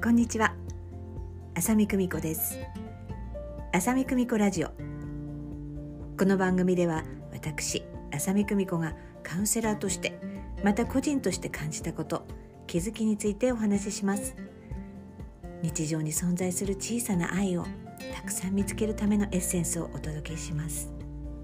こんにちは、浅見久美子です。浅見久美子ラジオ。この番組では私浅見久美子がカウンセラーとしてまた個人として感じたこと、気づきについてお話しします。日常に存在する小さな愛をたくさん見つけるためのエッセンスをお届けします。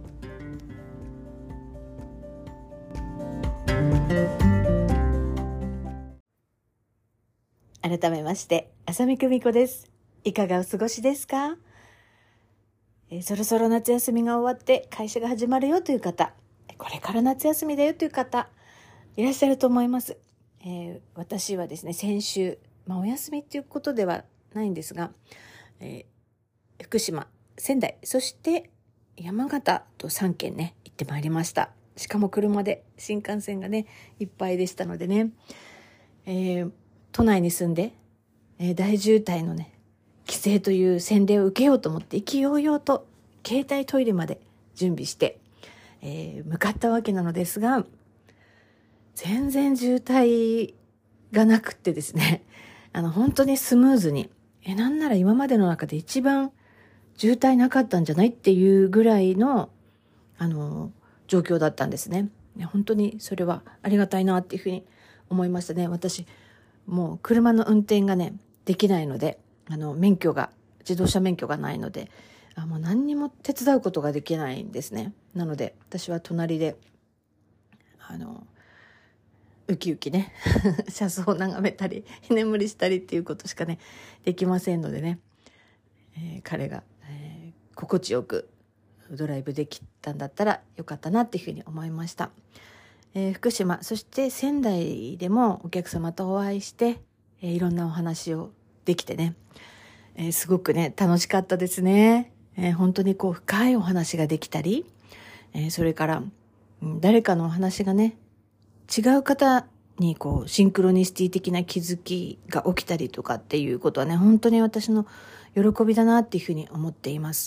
改めまして浅見久美子です。いかがお過ごしですか？そろそろ夏休みが終わって会社が始まるよという方、これから夏休みだよという方いらっしゃると思います。私はですね、先週、お休みっていうことではないんですが、福島、仙台、そして山形と3県ね行ってまいりました。しかも車で、新幹線がねいっぱいでしたのでね、都内に住んで、大渋滞のね規制という洗礼を受けようと思って意気揚々と携帯トイレまで準備して、向かったわけなのですが、全然渋滞がなくってですね、本当にスムーズに、なんなら今までの中で一番渋滞なかったんじゃないっていうぐらいの状況だったんですね。本当にそれはありがたいなっていうふうに思いましたね。私もう車の運転がねできないので、自動車免許がないので、もう何にも手伝うことができないんですね。なので私は隣でウキウキね車窓を眺めたり居眠りしたりっていうことしかねできませんのでね、彼が、心地よくドライブできたんだったらよかったなっていうふうに思いました。福島、そして仙台でもお客様とお会いして、いろんなお話をできてね、すごくね楽しかったですね。本当に深いお話ができたり、それから誰かのお話がね違う方にシンクロニシティ的な気づきが起きたりとかっていうことはね、本当に私の喜びだなっていうふうに思っています。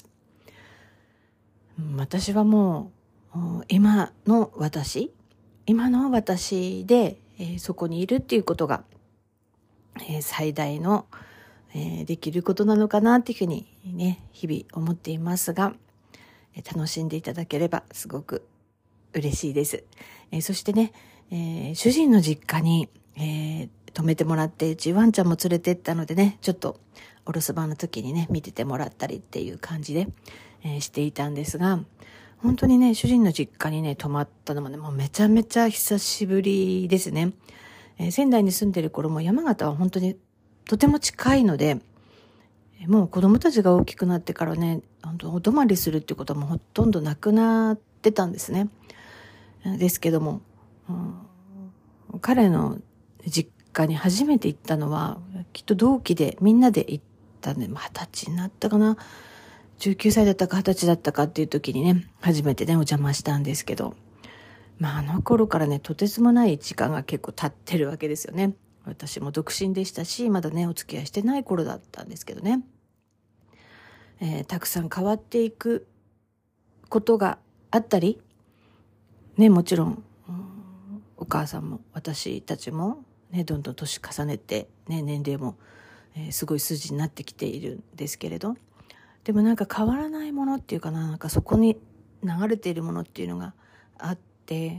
私はもう今の私で、そこにいるっていうことが、最大の、できることなのかなっていうふうにね日々思っていますが、楽しんでいただければすごく嬉しいです。そしてね、主人の実家に、泊めてもらって、うちワンちゃんも連れてったのでね、ちょっとお留守番の時にね見ててもらったりっていう感じで、していたんですが、本当にね主人の実家にね泊まったのもねもうめちゃめちゃ久しぶりですね。仙台に住んでる頃も山形は本当にとても近いので、もう子供たちが大きくなってからね本当お泊まりするっていうことはもうほとんどなくなってたんですね。ですけども、彼の実家に初めて行ったのはきっと同期でみんなで行ったんで、20歳になったかな、19歳だったか20歳だったかっていう時にね初めてねお邪魔したんですけど、あの頃からねとてつもない時間が結構経ってるわけですよね。私も独身でしたし、まだねお付き合いしてない頃だったんですけどね、たくさん変わっていくことがあったりね、もちろん、お母さんも私たちもねどんどん年重ねて、ね、年齢も、すごい数字になってきているんですけれど、でもなんか変わらないものっていうかな、なんかそこに流れているものっていうのがあって、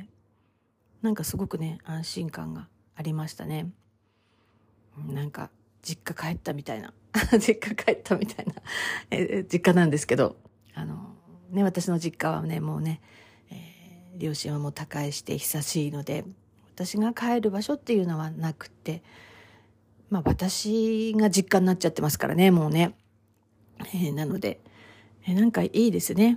なんかすごくね安心感がありましたね。なんか実家帰ったみたいな実家なんですけど、私の実家はねもうね、両親はもう他界して久しいので、私が帰る場所っていうのはなくて、私が実家になっちゃってますからねもうね、なので、なんかいいですね。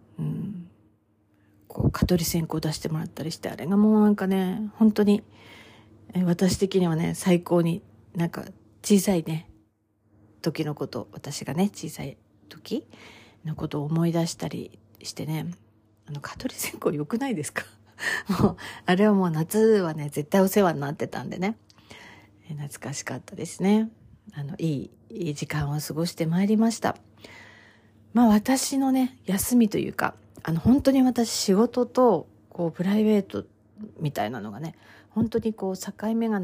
蚊取り線香出してもらったりして、あれがもうなんかね本当に、私的にはね最高になんか小さいね時のこと、私がね小さい時のことを思い出したりしてね、蚊取り線香良くないですかもうあれはもう夏はね絶対お世話になってたんでね、懐かしかったですね。いい時間を過ごしてまいりました。私のね休みというか、本当に私仕事とプライベートみたいなのがね本当に境目がな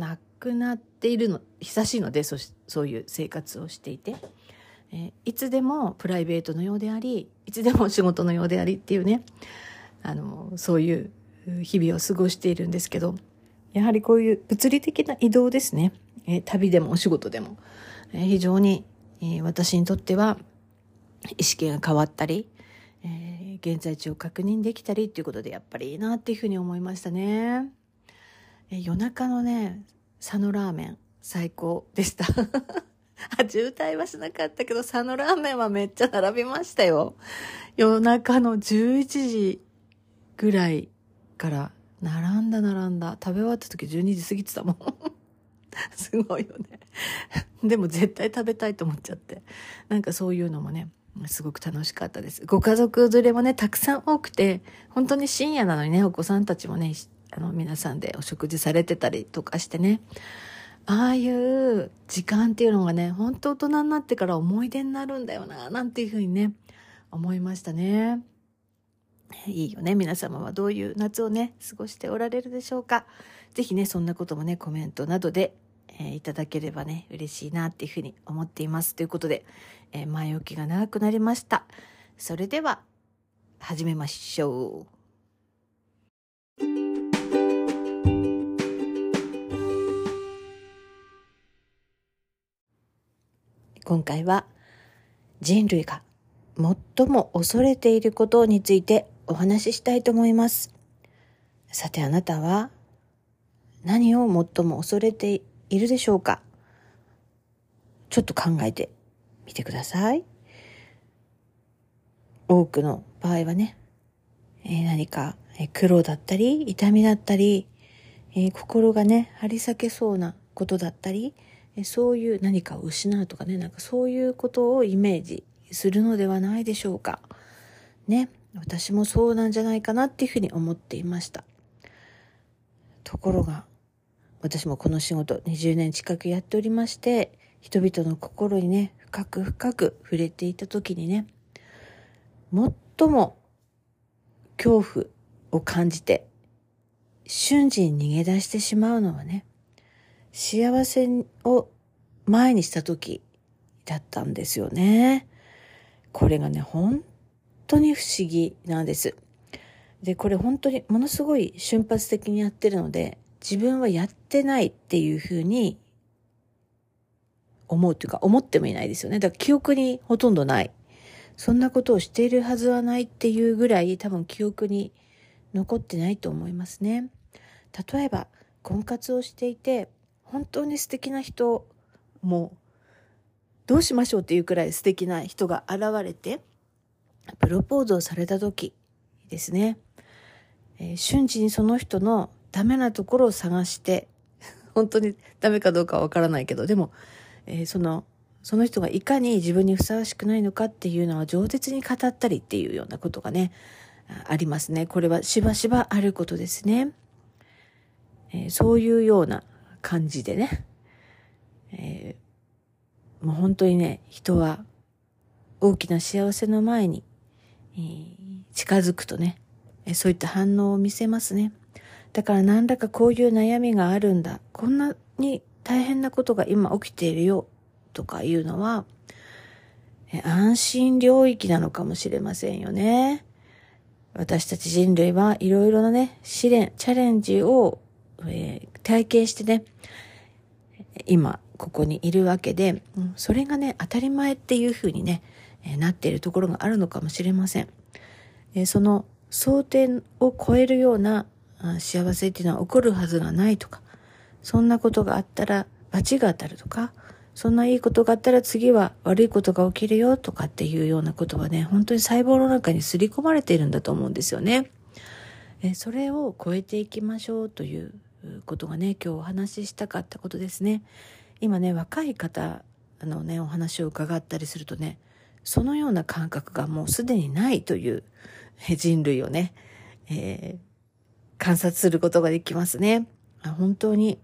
くなっているの久しいので、そういう生活をしていて、いつでもプライベートのようであり、いつでも仕事のようでありっていうね、そういう日々を過ごしているんですけど、やはりこういう物理的な移動ですね、旅でもお仕事でも、非常に、私にとっては意識が変わったり、現在地を確認できたりっていうことで、やっぱりいいなっていうふうに思いましたね。夜中のね、佐野ラーメン最高でした渋滞はしなかったけど、佐野ラーメンはめっちゃ並びましたよ。夜中の11時ぐらいから並んだ。食べ終わった時12時過ぎてたもんすごいよねでも絶対食べたいと思っちゃって、なんかそういうのもね、すごく楽しかったです。ご家族連れもね、たくさん多くて、本当に深夜なのにね、お子さんたちもね、皆さんでお食事されてたりとかしてね、ああいう時間っていうのがね、本当大人になってから思い出になるんだよな、なんていうふうにね、思いましたね。いいよね。皆様はどういう夏をね、過ごしておられるでしょうか。ぜひね、そんなこともね、コメントなどで、いただければね、嬉しいなっていうふうに思っています。ということで、前置きが長くなりました。それでは、始めましょう。今回は、人類が最も恐れていることについてお話ししたいと思います。さて、あなたは何を最も恐れているでしょうか。ちょっと考えてみてください。多くの場合はね、何か苦労だったり痛みだったり、心がね張り裂けそうなことだったり、そういう何かを失うとかね、なんかそういうことをイメージするのではないでしょうかね。私もそうなんじゃないかなっていうふうに思っていました。ところが私もこの仕事20年近くやっておりまして、人々の心にね深く触れていた時にね、最も恐怖を感じて瞬時に逃げ出してしまうのはね、幸せを前にした時だったんですよね。これがね、本当に不思議なんです。で、これ本当にものすごい瞬発的にやってるので、自分はやってないっていうふうに思うというか、思ってもいないですよね。だから記憶にほとんどない。そんなことをしているはずはないっていうぐらい、多分記憶に残ってないと思いますね。例えば婚活をしていて、本当に素敵な人、もうどうしましょうっていうくらい素敵な人が現れてプロポーズをされた時ですね、瞬時にその人のダメなところを探して本当にダメかどうかはわからないけど、でも、その人がいかに自分にふさわしくないのかっていうのは饒舌に語ったりっていうようなことがね、ありますね。これはしばしばあることですね。そういうような感じでね、もう本当にね、人は大きな幸せの前に、近づくとね、そういった反応を見せますね。だから何らかこういう悩みがあるんだ、こんなに大変なことが今起きているよとかいうのは、安心領域なのかもしれませんよね。私たち人類はいろいろなね、試練、チャレンジを、体験してね、今ここにいるわけで、それがね当たり前っていう風にね、なっているところがあるのかもしれません。その想定を超えるような幸せっていうのは起こるはずがないとか、そんなことがあったら罰が当たるとか、そんないいことがあったら次は悪いことが起きるよとかっていうようなことはね、本当に細胞の中に刷り込まれているんだと思うんですよね。それを超えていきましょうということがね、今日お話ししたかったことですね。今ね、若い方のねお話を伺ったりするとね、そのような感覚がもうすでにないという人類をね、観察することができますね。本当に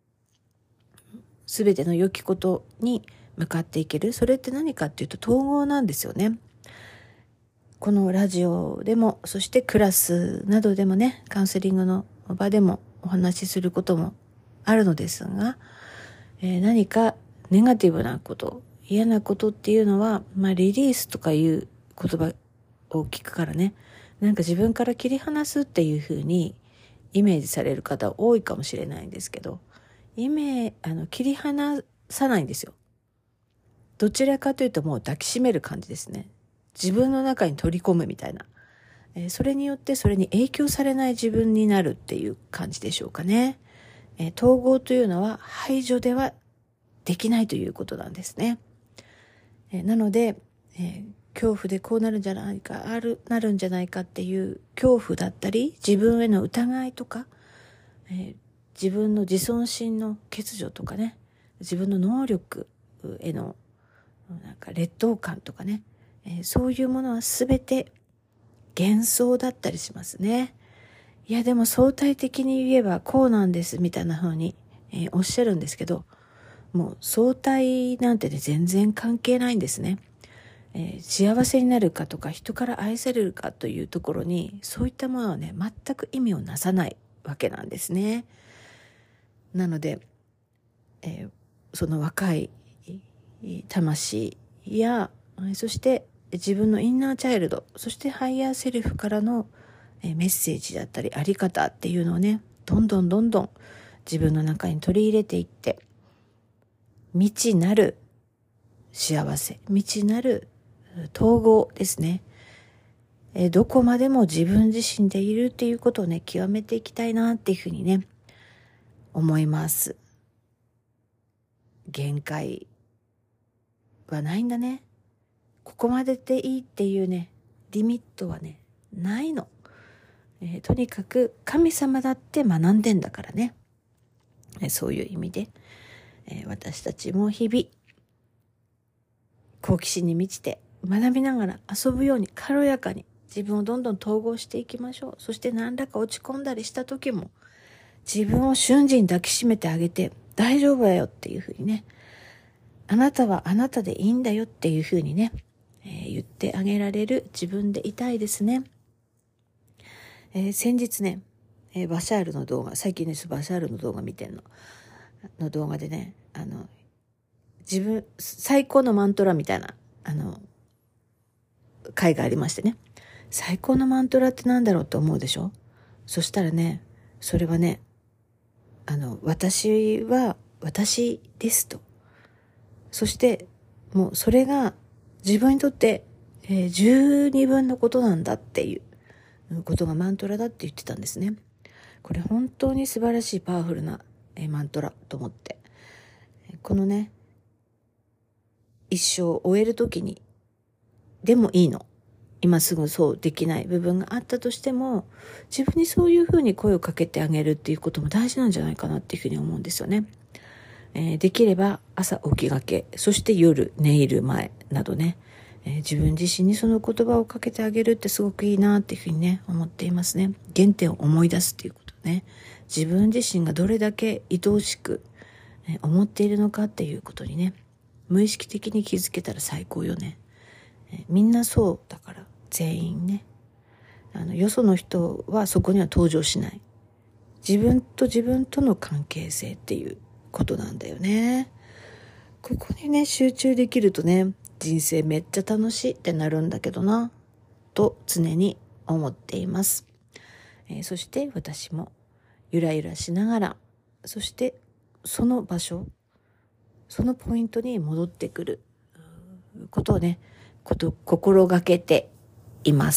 全ての良きことに向かっていける。それって何かっていうと統合なんですよね。このラジオでも、そしてクラスなどでもね、カウンセリングの場でもお話しすることもあるのですが、何かネガティブなこと、嫌なことっていうのは、リリースとかいう言葉を聞くからね、なんか自分から切り離すっていう風にイメージされる方多いかもしれないんですけど、切り離さないんですよ。どちらかというともう抱きしめる感じですね。自分の中に取り込むみたいな。それによってそれに影響されない自分になるっていう感じでしょうかね。統合というのは排除ではできないということなんですね。なので、恐怖でこうなるんじゃないか、なるんじゃないかっていう恐怖だったり、自分への疑いとか、自分の自尊心の欠如とかね、自分の能力へのなんか劣等感とかね、そういうものはすべて幻想だったりしますね。いやでも相対的に言えばこうなんですみたいな風に、おっしゃるんですけど、もう相対なんてね全然関係ないんですね。幸せになるかとか人から愛されるかというところにそういったものはね全く意味をなさないわけなんですね。なので、その若い魂やそして自分のインナーチャイルド、そしてハイヤーセルフからのメッセージだったりあり方っていうのをねどんどん自分の中に取り入れていって、未知なる幸せ、未知なる統合ですね。どこまでも自分自身でいるっていうことをね極めていきたいなっていうふうにね思います。限界はないんだね。ここまででいいっていうねリミットはねないの。とにかく神様だって学んでんだからね。そういう意味で、私たちも日々好奇心に満ちて学びながら遊ぶように軽やかに自分をどんどん統合していきましょう。そして何らか落ち込んだりした時も自分を瞬時に抱きしめてあげて大丈夫だよっていうふうにね、あなたはあなたでいいんだよっていうふうにね、言ってあげられる自分でいたいですね。先日ね、バシャールの動画、最近ですバシャールの動画見てんの動画でね、自分最高のマントラみたいな回がありましてね、最高のマントラってなんだろうと思うでしょ。そしたらね、それはね、私は私ですと、そしてもうそれが自分にとって、十二分のことなんだっていうことがマントラだって言ってたんですね。これ本当に素晴らしいパワフルな、マントラと思って、このね一生を終える時にでもいいの。今すぐそうできない部分があったとしても、自分にそういうふうに声をかけてあげるっていうことも大事なんじゃないかなっていうふうに思うんですよね。できれば朝起きがけ、そして夜寝る前などね、自分自身にその言葉をかけてあげるってすごくいいなっていうふうにね思っていますね。原点を思い出すっていうことね。自分自身がどれだけ愛おしく思っているのかっていうことにね、無意識的に気づけたら最高よね。みんなそうだから、全員ね、よその人はそこには登場しない。自分との関係性っていうことなんだよね。ここにね集中できるとね、人生めっちゃ楽しいってなるんだけどなと常に思っています。そして私もゆらゆらしながら、そしてその場所、そのポイントに戻ってくることをね心がけています。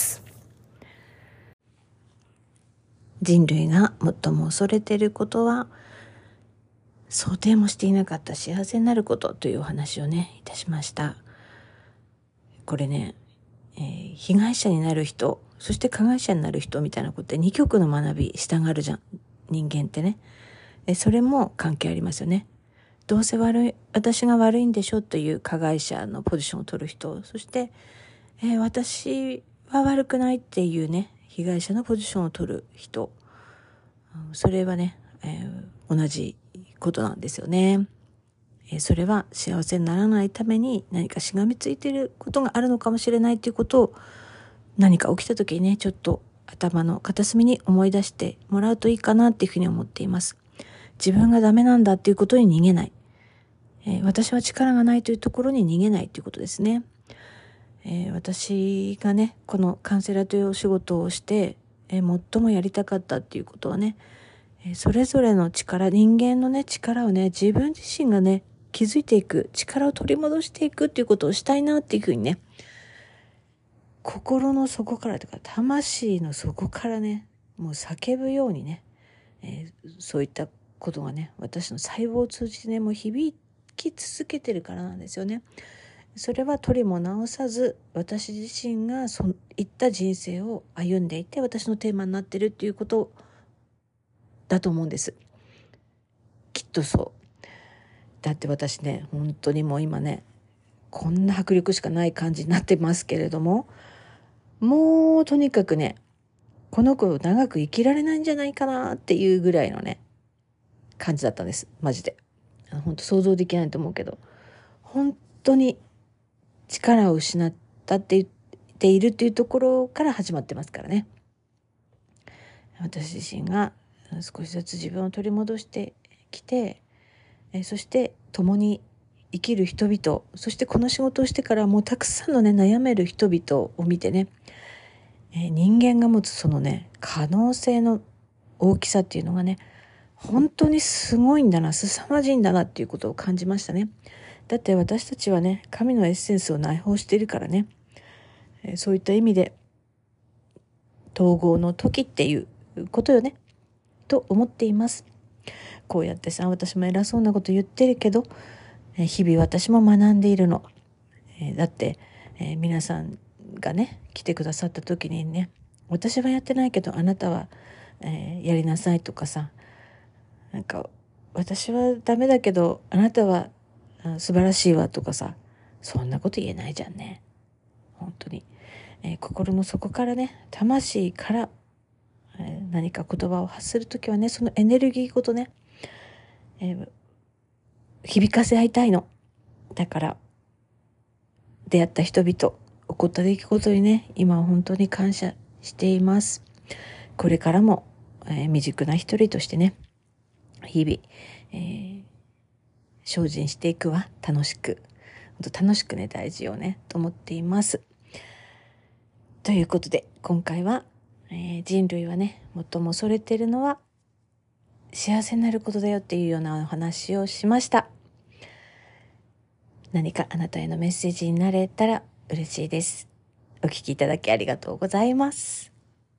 人類が最も恐れていることは、想定もしていなかった幸せになることというお話をねいたしました。これね、被害者になる人、そして加害者になる人みたいなことで二極の学びしたがるじゃん、人間ってね。それも関係ありますよね。どうせ私が悪いんでしょという加害者のポジションを取る人、そして、私は悪くないっていうね被害者のポジションを取る人、それはね、同じことなんですよね。それは幸せにならないために何かしがみついていることがあるのかもしれないということを、何か起きた時にねちょっと頭の片隅に思い出してもらうといいかなっていうふうに思っています。 自分がダメなんだっていうことに逃げない、私は力がないというところに逃げないということですね。私がねこのカウンセラーというお仕事をして、最もやりたかったっていうことはね、それぞれの力、人間のね力をね自分自身がね気づいていく、力を取り戻していくっていうことをしたいなっていうふうにね、心の底からとか魂の底からねもう叫ぶようにね、そういったことがね私の細胞を通じてねもう響き続けてるからなんですよね。それは取りも直さず私自身がそういった人生を歩んでいて私のテーマになってるっていうことだと思うんです。きっとそう。だって私ね本当にもう今ねこんな迫力しかない感じになってますけれども、もうとにかくねこの子長く生きられないんじゃないかなっていうぐらいのね感じだったんです。マジで本当想像できないと思うけど、本当に力を失ったって言っているっていうところから始まってますからね。私自身が少しずつ自分を取り戻してきて、そして共に生きる人々、そしてこの仕事をしてからもうたくさんのね悩める人々を見てね、人間が持つそのね可能性の大きさっていうのがね本当にすごいんだな、凄まじいんだなっていうことを感じましたね。だって私たちはね神のエッセンスを内包しているからね、そういった意味で統合の時っていうことよねと思っています。こうやってさ私も偉そうなこと言ってるけど、日々私も学んでいるの。だって、皆さんがね来てくださった時にね私はやってないけどあなたは、やりなさいとかさ、なんか私はダメだけどあなたは素晴らしいわとかさ、そんなこと言えないじゃんね本当に、心の底からね魂から、何か言葉を発するときはねそのエネルギーごとね、響かせ合いたいの。だから出会った人々、起こった出来事にね今は本当に感謝しています。これからも、未熟な一人としてね日々、精進していくわ。楽しくね大事よねと思っています。ということで今回は、人類はね最も恐れているのは幸せになることだよっていうようなお話をしました。何かあなたへのメッセージになれたら嬉しいです。お聞きいただきありがとうございます。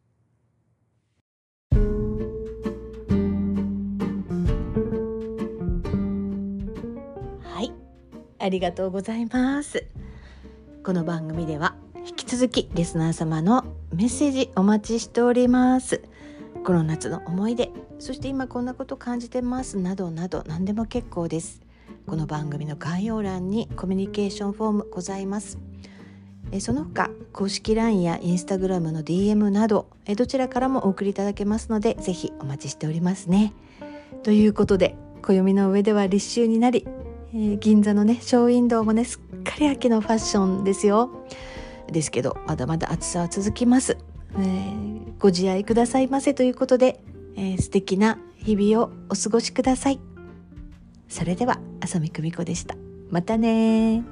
はい、ありがとうございます。この番組では引き続きリスナー様のメッセージお待ちしております。この夏の思い出、そして今こんなこと感じてますなどなど何でも結構です。この番組の概要欄にコミュニケーションフォームございます。その他公式 LINE や Instagram の DM などどちらからもお送りいただけますのでぜひお待ちしておりますね。ということで暦の上では立秋になり、銀座のねショーウィンドウもねすっかり秋のファッションですよ。ですけどまだまだ暑さは続きます。ご自愛くださいませということで、素敵な日々をお過ごしください。それでは浅見久美子でした。またね。